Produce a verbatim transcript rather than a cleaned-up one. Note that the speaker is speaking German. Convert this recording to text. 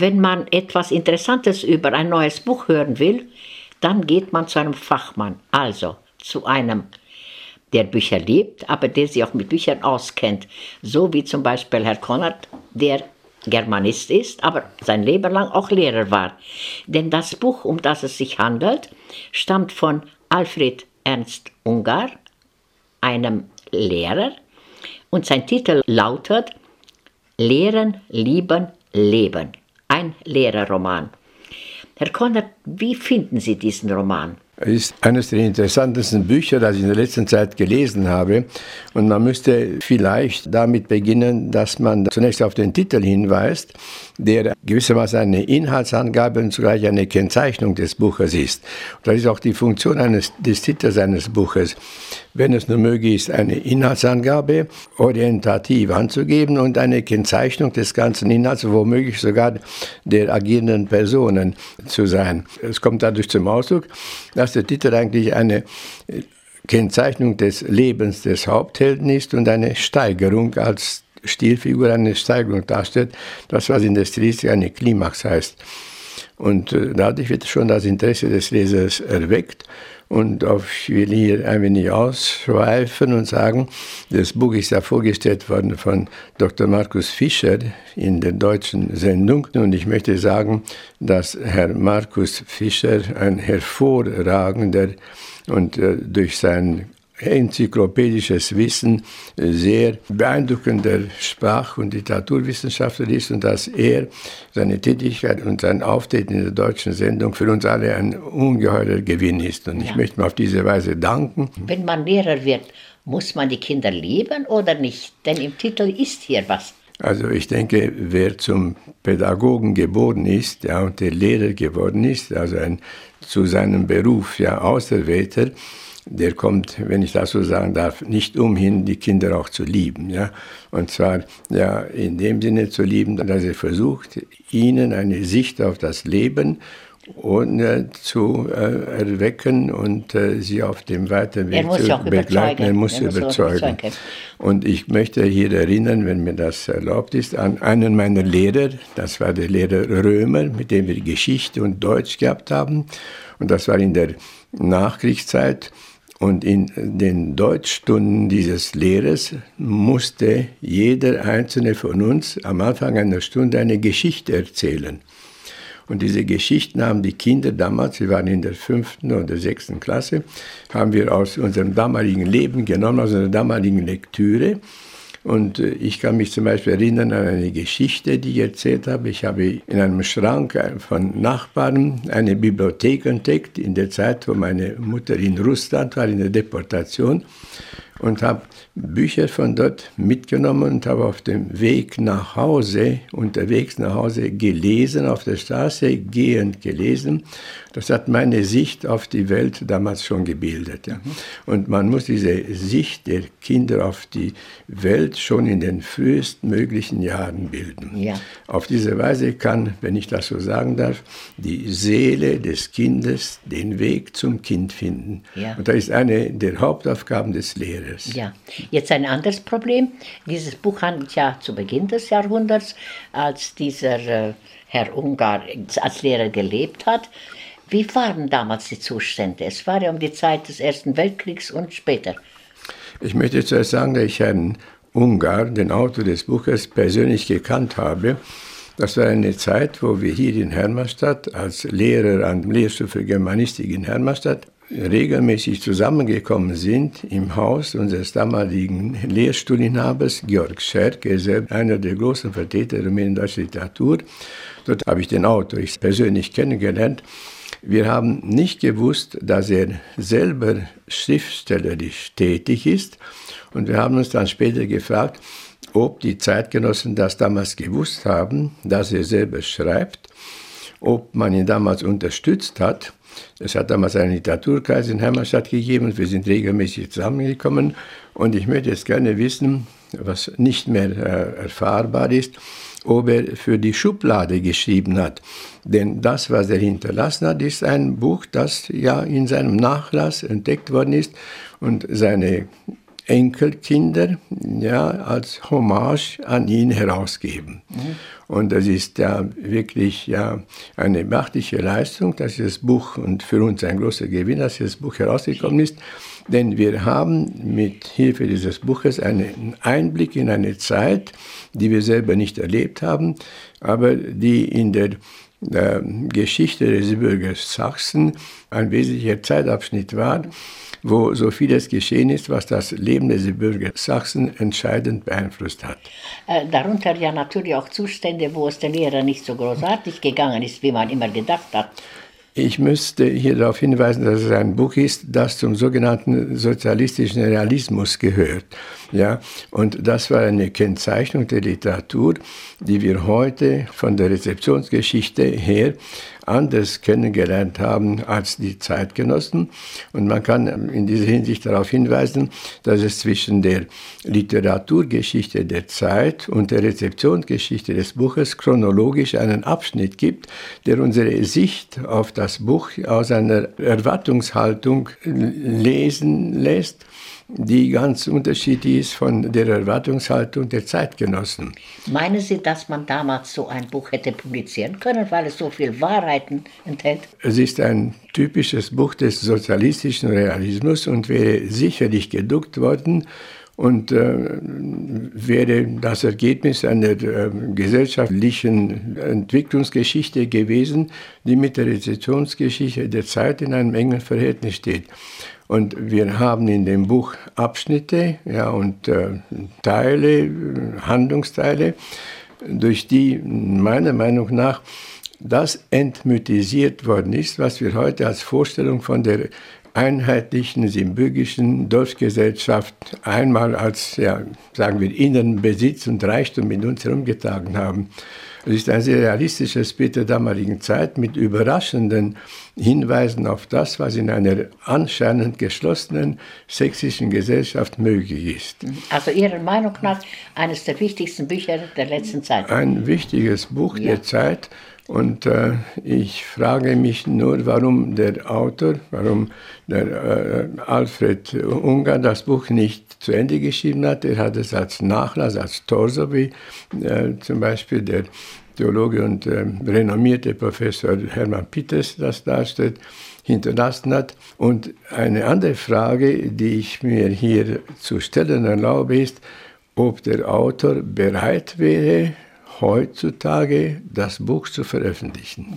wenn man etwas Interessantes über ein neues Buch hören will, dann geht man zu einem Fachmann, also zu einem, der Bücher liebt, aber der sich auch mit Büchern auskennt. So wie zum Beispiel Herr Konrad, der Germanist ist, aber sein Leben lang auch Lehrer war. Denn das Buch, um das es sich handelt, stammt von Alfred Ernst Ungar, einem Lehrer, und sein Titel lautet Lehren, Lieben, Leben. Ein Lehrerroman. Herr Konrad, wie finden Sie diesen Roman? Es ist eines der interessantesten Bücher, das ich in der letzten Zeit gelesen habe. Und man müsste vielleicht damit beginnen, dass man zunächst auf den Titel hinweist, der gewissermaßen eine Inhaltsangabe und zugleich eine Kennzeichnung des Buches ist. Und das ist auch die Funktion eines, des Titels eines Buches. Wenn es nur möglich ist, eine Inhaltsangabe orientativ anzugeben und eine Kennzeichnung des ganzen Inhalts, womöglich sogar der agierenden Personen zu sein. Es kommt dadurch zum Ausdruck, dass der Titel eigentlich eine Kennzeichnung des Lebens des Haupthelden ist und eine Steigerung als Stilfigur, eine Steigerung darstellt, das was in der Stilistik eine Klimax heißt. Und äh, dadurch wird schon das Interesse des Lesers erweckt. Und auf, ich will hier ein wenig ausschweifen und sagen, das Buch ist ja vorgestellt worden von Doktor Markus Fischer in der deutschen Sendung. Und ich möchte sagen, dass Herr Markus Fischer ein hervorragender und äh, durch sein enzyklopädisches Wissen sehr beeindruckender Sprach- und Literaturwissenschaftler ist und dass er seine Tätigkeit und sein Auftreten in der deutschen Sendung für uns alle ein ungeheurer Gewinn ist. Und ja. Ich möchte mir auf diese Weise danken. Wenn man Lehrer wird, muss man die Kinder lieben oder nicht? Denn im Titel ist hier was. Also ich denke, wer zum Pädagogen geboren ist, ja, und der Lehrer geworden ist, also ein zu seinem Beruf ja Auserwählter, der kommt, wenn ich das so sagen darf, nicht umhin, die Kinder auch zu lieben. Ja? Und zwar ja, in dem Sinne zu lieben, dass er versucht, ihnen eine Sicht auf das Leben und, äh, zu äh, erwecken und äh, sie auf dem weiteren Weg zu begleiten. Er muss, er muss überzeugen. überzeugen. Und ich möchte hier erinnern, wenn mir das erlaubt ist, an einen meiner Lehrer, das war der Lehrer Römer, mit dem wir Geschichte und Deutsch gehabt haben. Und das war in der Nachkriegszeit. Und in den Deutschstunden dieses Lehrers musste jeder Einzelne von uns am Anfang einer Stunde eine Geschichte erzählen. Und diese Geschichten haben die Kinder damals, wir waren in der fünften oder sechsten Klasse, haben wir aus unserem damaligen Leben genommen, aus unserer damaligen Lektüre. Und ich kann mich zum Beispiel erinnern an eine Geschichte, die ich erzählt habe. Ich habe in einem Schrank von Nachbarn eine Bibliothek entdeckt, in der Zeit, wo meine Mutter in Russland war, in der Deportation. Und habe Bücher von dort mitgenommen und habe auf dem Weg nach Hause, unterwegs nach Hause gelesen, auf der Straße gehend gelesen. Das hat meine Sicht auf die Welt damals schon gebildet. Ja. Und man muss diese Sicht der Kinder auf die Welt schon in den frühesten möglichen Jahren bilden. Ja. Auf diese Weise kann, wenn ich das so sagen darf, die Seele des Kindes den Weg zum Kind finden. Ja. Und das ist eine der Hauptaufgaben des Lehrers. Ja. Jetzt ein anderes Problem. Dieses Buch handelt ja zu Beginn des Jahrhunderts, als dieser äh, Herr Ungar als Lehrer gelebt hat. Wie waren damals die Zustände? Es war ja um die Zeit des Ersten Weltkriegs und später. Ich möchte zuerst sagen, dass ich Herrn Ungar, den Autor des Buches, persönlich gekannt habe. Das war eine Zeit, wo wir hier in Hermannstadt als Lehrer an dem Lehrstuhl für Germanistik in Hermannstadt regelmäßig zusammengekommen sind im Haus unseres damaligen Lehrstuhlinhabers Georg Scherk, er selbst einer der großen Vertreter der rumänischen Literatur. Dort habe ich den Autor ich persönlich kennengelernt. Wir haben nicht gewusst, dass er selber schriftstellerisch tätig ist. Und wir haben uns dann später gefragt, ob die Zeitgenossen das damals gewusst haben, dass er selber schreibt, ob man ihn damals unterstützt hat. Es hat damals einen Literaturkreis in Hermannstadt gegeben und wir sind regelmäßig zusammengekommen. Und ich möchte jetzt gerne wissen, was nicht mehr äh, erfahrbar ist, ob er für die Schublade geschrieben hat. Denn das, was er hinterlassen hat, ist ein Buch, das ja in seinem Nachlass entdeckt worden ist. Und seine Enkelkinder ja, als Hommage an ihn herausgeben. Mhm. Und das ist ja wirklich ja, eine beachtliche Leistung, dass das Buch, und für uns ein großer Gewinn, dass das Buch herausgekommen ist, denn wir haben mit Hilfe dieses Buches einen Einblick in eine Zeit, die wir selber nicht erlebt haben, aber die in der der Geschichte des Siebenbürgers Sachsen ein wesentlicher Zeitabschnitt war, wo so vieles geschehen ist, was das Leben des Siebenbürgers Sachsen entscheidend beeinflusst hat. Äh, darunter ja natürlich auch Zustände, wo es der Lehrer nicht so großartig gegangen ist, wie man immer gedacht hat. Ich müsste hier darauf hinweisen, dass es ein Buch ist, das zum sogenannten sozialistischen Realismus gehört. Ja, und das war eine Kennzeichnung der Literatur, die wir heute von der Rezeptionsgeschichte her anders kennengelernt haben als die Zeitgenossen. Und man kann in dieser Hinsicht darauf hinweisen, dass es zwischen der Literaturgeschichte der Zeit und der Rezeptionsgeschichte des Buches chronologisch einen Abschnitt gibt, der unsere Sicht auf das Buch aus einer Erwartungshaltung lesen lässt, die ganz unterschiedlich ist von der Erwartungshaltung der Zeitgenossen. Meinen Sie, dass man damals so ein Buch hätte publizieren können, weil es so viel Wahrheiten enthält? Es ist ein typisches Buch des sozialistischen Realismus und wäre sicherlich gedruckt worden und äh, wäre das Ergebnis einer äh, gesellschaftlichen Entwicklungsgeschichte gewesen, die mit der Rezeptionsgeschichte der Zeit in einem engen Verhältnis steht. Und wir haben in dem Buch Abschnitte ja, und äh, Teile, Handlungsteile, durch die meiner Meinung nach das entmythisiert worden ist, was wir heute als Vorstellung von der einheitlichen siebenbürgischen Dorfgesellschaft einmal als, ja, sagen wir, inneren Besitz und Reichtum mit uns herumgetragen haben. Es ist ein sehr realistisches Bild der damaligen Zeit mit überraschenden Hinweisen auf das, was in einer anscheinend geschlossenen sächsischen Gesellschaft möglich ist. Also Ihrer Meinung nach eines der wichtigsten Bücher der letzten Zeit? Ein wichtiges Buch ja. der Zeit. Und äh, ich frage mich nur, warum der Autor, warum der äh, Alfred Unger das Buch nicht zu Ende geschrieben hat. Er hat es als Nachlass, als Torso, wie äh, zum Beispiel der Theologe und äh, renommierte Professor Hermann Peters das darstellt, hinterlassen hat. Und eine andere Frage, die ich mir hier zu stellen erlaube, ist, ob der Autor bereit wäre, heutzutage das Buch zu veröffentlichen.